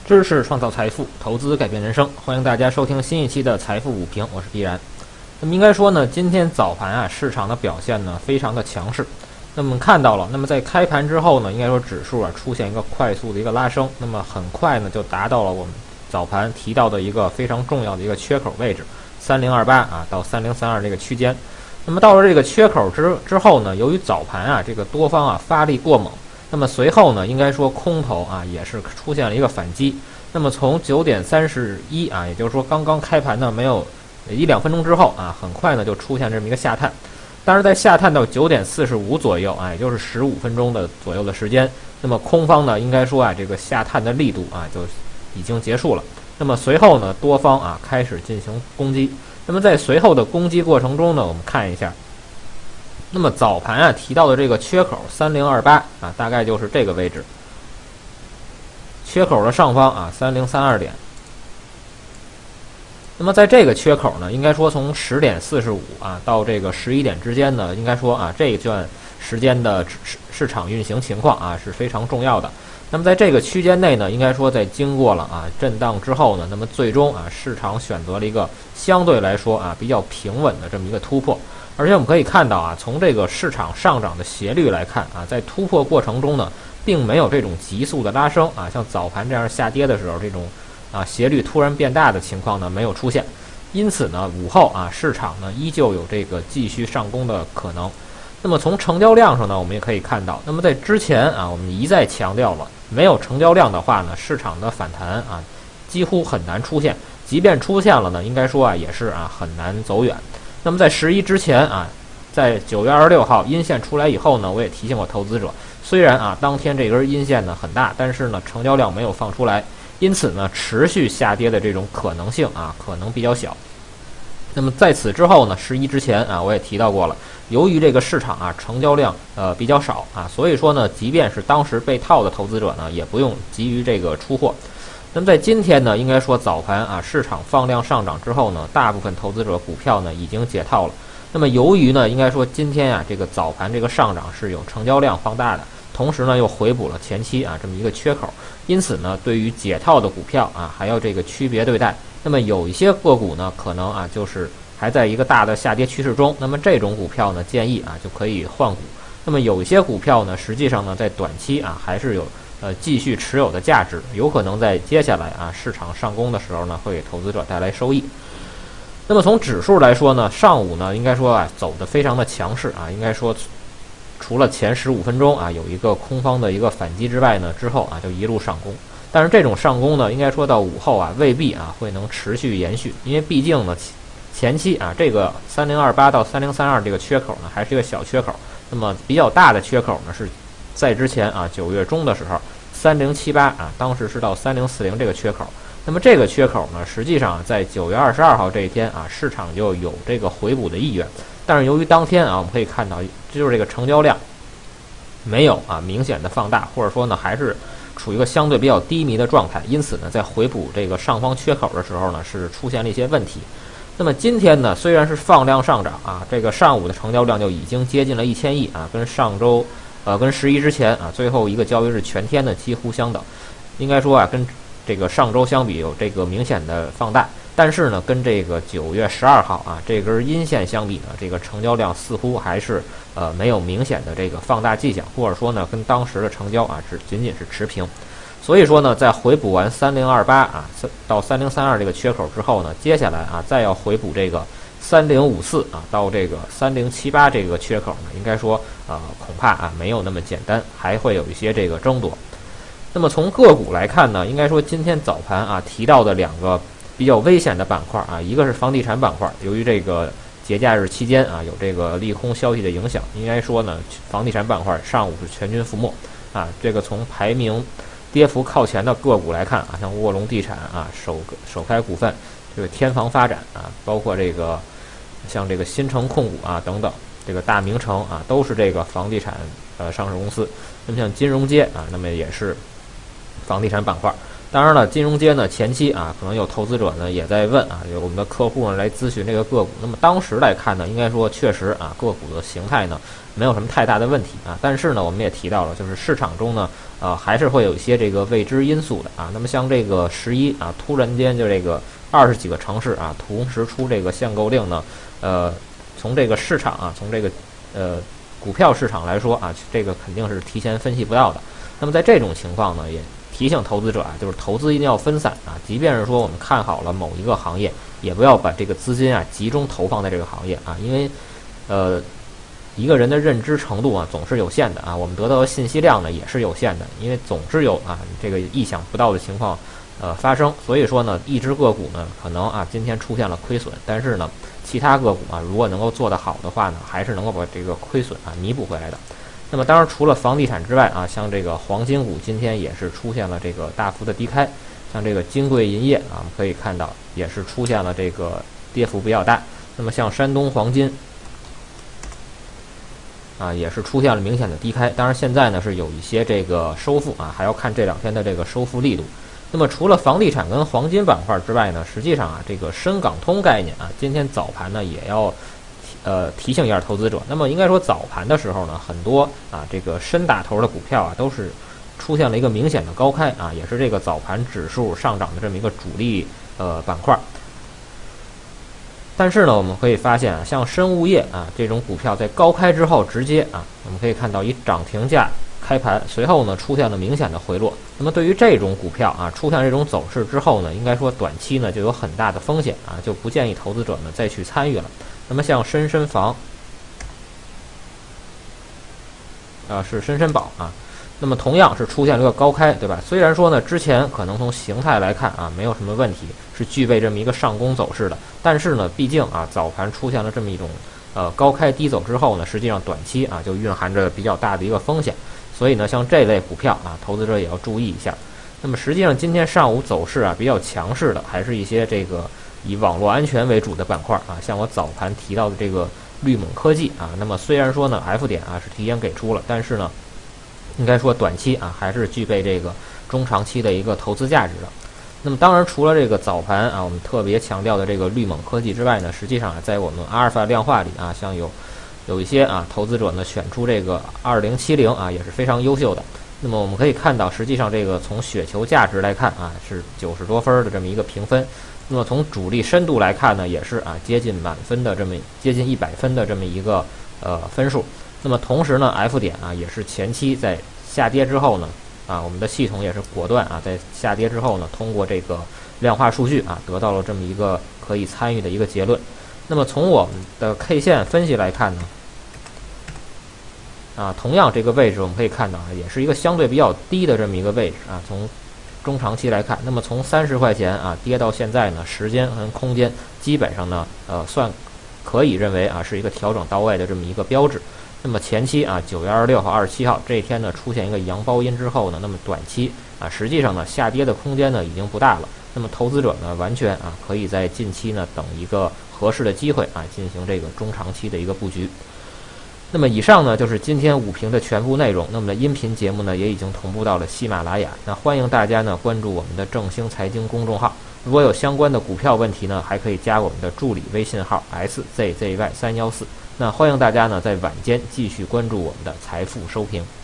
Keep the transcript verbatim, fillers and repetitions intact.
知识创造财富，投资改变人生。欢迎大家收听新一期的财富午评，我是必然。那么应该说呢，今天早盘啊，市场的表现呢非常的强势。那么看到了，那么在开盘之后呢，应该说指数啊出现一个快速的一个拉升，那么很快呢就达到了我们早盘提到的一个非常重要的一个缺口位置，三零二八啊到三零三二这个区间。那么到了这个缺口之之后呢，由于早盘啊这个多方啊发力过猛。那么随后呢，应该说空头啊也是出现了一个反击。那么从九点三十一啊，也就是说刚刚开盘呢没有一两分钟之后啊，很快呢就出现这么一个下探。但是在下探到九点四十五左右啊，也就是十五分钟的左右的时间，那么空方呢应该说啊这个下探的力度啊就已经结束了。那么随后呢多方啊开始进行攻击。那么在随后的攻击过程中呢，我们看一下。那么早盘啊提到的这个缺口三零二八啊，大概就是这个位置。缺口的上方啊三零三二点。那么在这个缺口呢，应该说从十点四十五啊到这个十一点之间呢，应该说啊这一段时间的市市场运行情况啊是非常重要的。那么在这个区间内呢，应该说在经过了啊震荡之后呢，那么最终啊市场选择了一个相对来说啊比较平稳的这么一个突破。而且我们可以看到啊，从这个市场上涨的斜率来看啊，在突破过程中呢，并没有这种急速的拉升啊，像早盘这样下跌的时候，这种啊斜率突然变大的情况呢没有出现。因此呢，午后啊市场呢依旧有这个继续上攻的可能。那么从成交量上呢，我们也可以看到，那么在之前啊，我们一再强调了，没有成交量的话呢，市场的反弹啊几乎很难出现，即便出现了呢，应该说啊也是啊很难走远。那么在十一之前啊，在九月二十六号阴线出来以后呢，我也提醒过投资者，虽然啊当天这根阴线呢很大，但是呢成交量没有放出来，因此呢持续下跌的这种可能性啊可能比较小。那么在此之后呢，十一之前啊我也提到过了，由于这个市场啊成交量呃比较少啊，所以说呢，即便是当时被套的投资者呢，也不用急于这个出货。那么在今天呢，应该说早盘啊，市场放量上涨之后呢，大部分投资者股票呢已经解套了。那么由于呢，应该说今天啊，这个早盘这个上涨是有成交量放大的，同时呢又回补了前期啊这么一个缺口，因此呢，对于解套的股票啊，还要这个区别对待。那么有一些个股呢，可能啊就是还在一个大的下跌趋势中，那么这种股票呢，建议啊就可以换股。那么有一些股票呢，实际上呢，在短期啊还是有。呃，继续持有的价值，有可能在接下来啊市场上攻的时候呢，会给投资者带来收益。那么从指数来说呢，上午呢应该说啊走得非常的强势啊，应该说除了前十五分钟啊有一个空方的一个反击之外呢，之后啊就一路上攻。但是这种上攻呢，应该说到午后啊未必啊会能持续延续，因为毕竟呢前期啊这个三零二八到三零三二这个缺口呢还是一个小缺口，那么比较大的缺口呢是。在之前啊，九月中的时候，三零七八啊，当时是到三零四零这个缺口。那么这个缺口呢，实际上在九月二十二号这一天啊，市场就有这个回补的意愿。但是由于当天啊，我们可以看到，就是这个成交量没有啊明显的放大，或者说呢，还是处于一个相对比较低迷的状态。因此呢，在回补这个上方缺口的时候呢，是出现了一些问题。那么今天呢，虽然是放量上涨啊，这个上午的成交量就已经接近了一千亿啊，跟上周。呃，跟十一之前啊，最后一个交易日全天的几乎相等，应该说啊，跟这个上周相比有这个明显的放大，但是呢，跟这个九月十二号啊这根阴线相比呢，这个成交量似乎还是呃没有明显的这个放大迹象，或者说呢，跟当时的成交啊是仅仅是持平。所以说呢，在回补完三零二八啊到三零三二这个缺口之后呢，接下来啊再要回补这个。三零五四啊，到这个三零七八这个缺口呢，应该说啊、呃，恐怕啊没有那么简单，还会有一些这个争夺。那么从个股来看呢，应该说今天早盘啊提到的两个比较危险的板块啊，一个是房地产板块，由于这个节假日期间啊有这个利空消息的影响，应该说呢，房地产板块上午是全军覆没啊。这个从排名跌幅靠前的个股来看啊，像卧龙地产啊、首首开股份。这个天房发展啊，包括这个像这个新城控股啊等等，这个大明城啊，都是这个房地产呃上市公司。那么像金融街啊，那么也是房地产板块。 当然了，金融街呢前期啊，可能有投资者呢也在问啊，有我们的客户呢来咨询这个个股。那么当时来看呢，应该说确实啊，个股的形态呢没有什么太大的问题啊。但是呢，我们也提到了，就是市场中呢，呃，还是会有一些这个未知因素的啊。那么像这个十一啊，突然间就这个二十几个城市啊，同时出这个限购令呢，呃，从这个市场啊，从这个呃股票市场来说啊，这个肯定是提前分析不到的。那么在这种情况呢，也提醒投资者啊，就是投资一定要分散啊，即便是说我们看好了某一个行业，也不要把这个资金啊集中投放在这个行业啊，因为，呃，一个人的认知程度啊总是有限的啊，我们得到的信息量呢也是有限的，因为总是有啊这个意想不到的情况呃发生，所以说呢，一只个股呢可能啊今天出现了亏损，但是呢，其他个股啊如果能够做得好的话呢，还是能够把这个亏损啊弥补回来的。那么当然，除了房地产之外啊，像这个黄金股今天也是出现了这个大幅的低开，像这个金贵银业啊，我们可以看到也是出现了这个跌幅比较大。那么像山东黄金啊，也是出现了明显的低开。当然现在呢是有一些这个收复啊，还要看这两天的这个收复力度。那么除了房地产跟黄金板块之外呢，实际上啊，这个深港通概念啊，今天早盘呢也要。呃，提醒一下投资者。那么应该说早盘的时候呢，很多啊这个深大头的股票啊都是出现了一个明显的高开啊，也是这个早盘指数上涨的这么一个主力呃板块。但是呢，我们可以发现啊，像生物业啊这种股票在高开之后直接啊，我们可以看到以涨停价开盘，随后呢出现了明显的回落。那么对于这种股票啊出现这种走势之后呢，应该说短期呢就有很大的风险啊，就不建议投资者呢再去参与了。那么像深深房，啊是深深宝啊，那么同样是出现了一个高开，对吧？虽然说呢之前可能从形态来看啊没有什么问题，是具备这么一个上攻走势的，但是呢毕竟啊早盘出现了这么一种呃高开低走之后呢，实际上短期啊就蕴含着比较大的一个风险，所以呢像这类股票啊投资者也要注意一下。那么实际上今天上午走势啊比较强势的还是一些这个以网络安全为主的板块啊，像我早盘提到的这个绿盟科技啊，那么虽然说呢 F 点啊是提前给出了，但是呢应该说短期啊还是具备这个中长期的一个投资价值的。那么当然除了这个早盘啊我们特别强调的这个绿盟科技之外呢，实际上啊在我们阿尔法量化里啊，像有有一些啊投资者呢选出这个二零七零啊也是非常优秀的。那么我们可以看到，实际上这个从雪球价值来看啊，是九十多分的这么一个评分。那么从主力深度来看呢，也是啊接近满分的这么接近一百分的这么一个呃分数。那么同时呢 ，F 点啊也是前期在下跌之后呢，啊我们的系统也是果断啊在下跌之后呢，通过这个量化数据啊得到了这么一个可以参与的一个结论。那么从我们的 K 线分析来看呢。啊，同样这个位置我们可以看到啊，也是一个相对比较低的这么一个位置啊。从中长期来看，那么从三十块钱啊跌到现在呢，时间和空间基本上呢，呃，算可以认为啊是一个调整到位的这么一个标志。那么前期啊，九月二十六号、二十七号这一天呢出现一个阳包阴之后呢，那么短期啊，实际上呢下跌的空间呢已经不大了。那么投资者呢，完全啊可以在近期呢等一个合适的机会啊，进行这个中长期的一个布局。那么以上呢就是今天午评的全部内容。那么音频节目呢也已经同步到了喜马拉雅。那欢迎大家呢关注我们的正兴财经公众号。如果有相关的股票问题呢，还可以加我们的助理微信号 S Z Z Y 三一四。那欢迎大家呢在晚间继续关注我们的财富收评。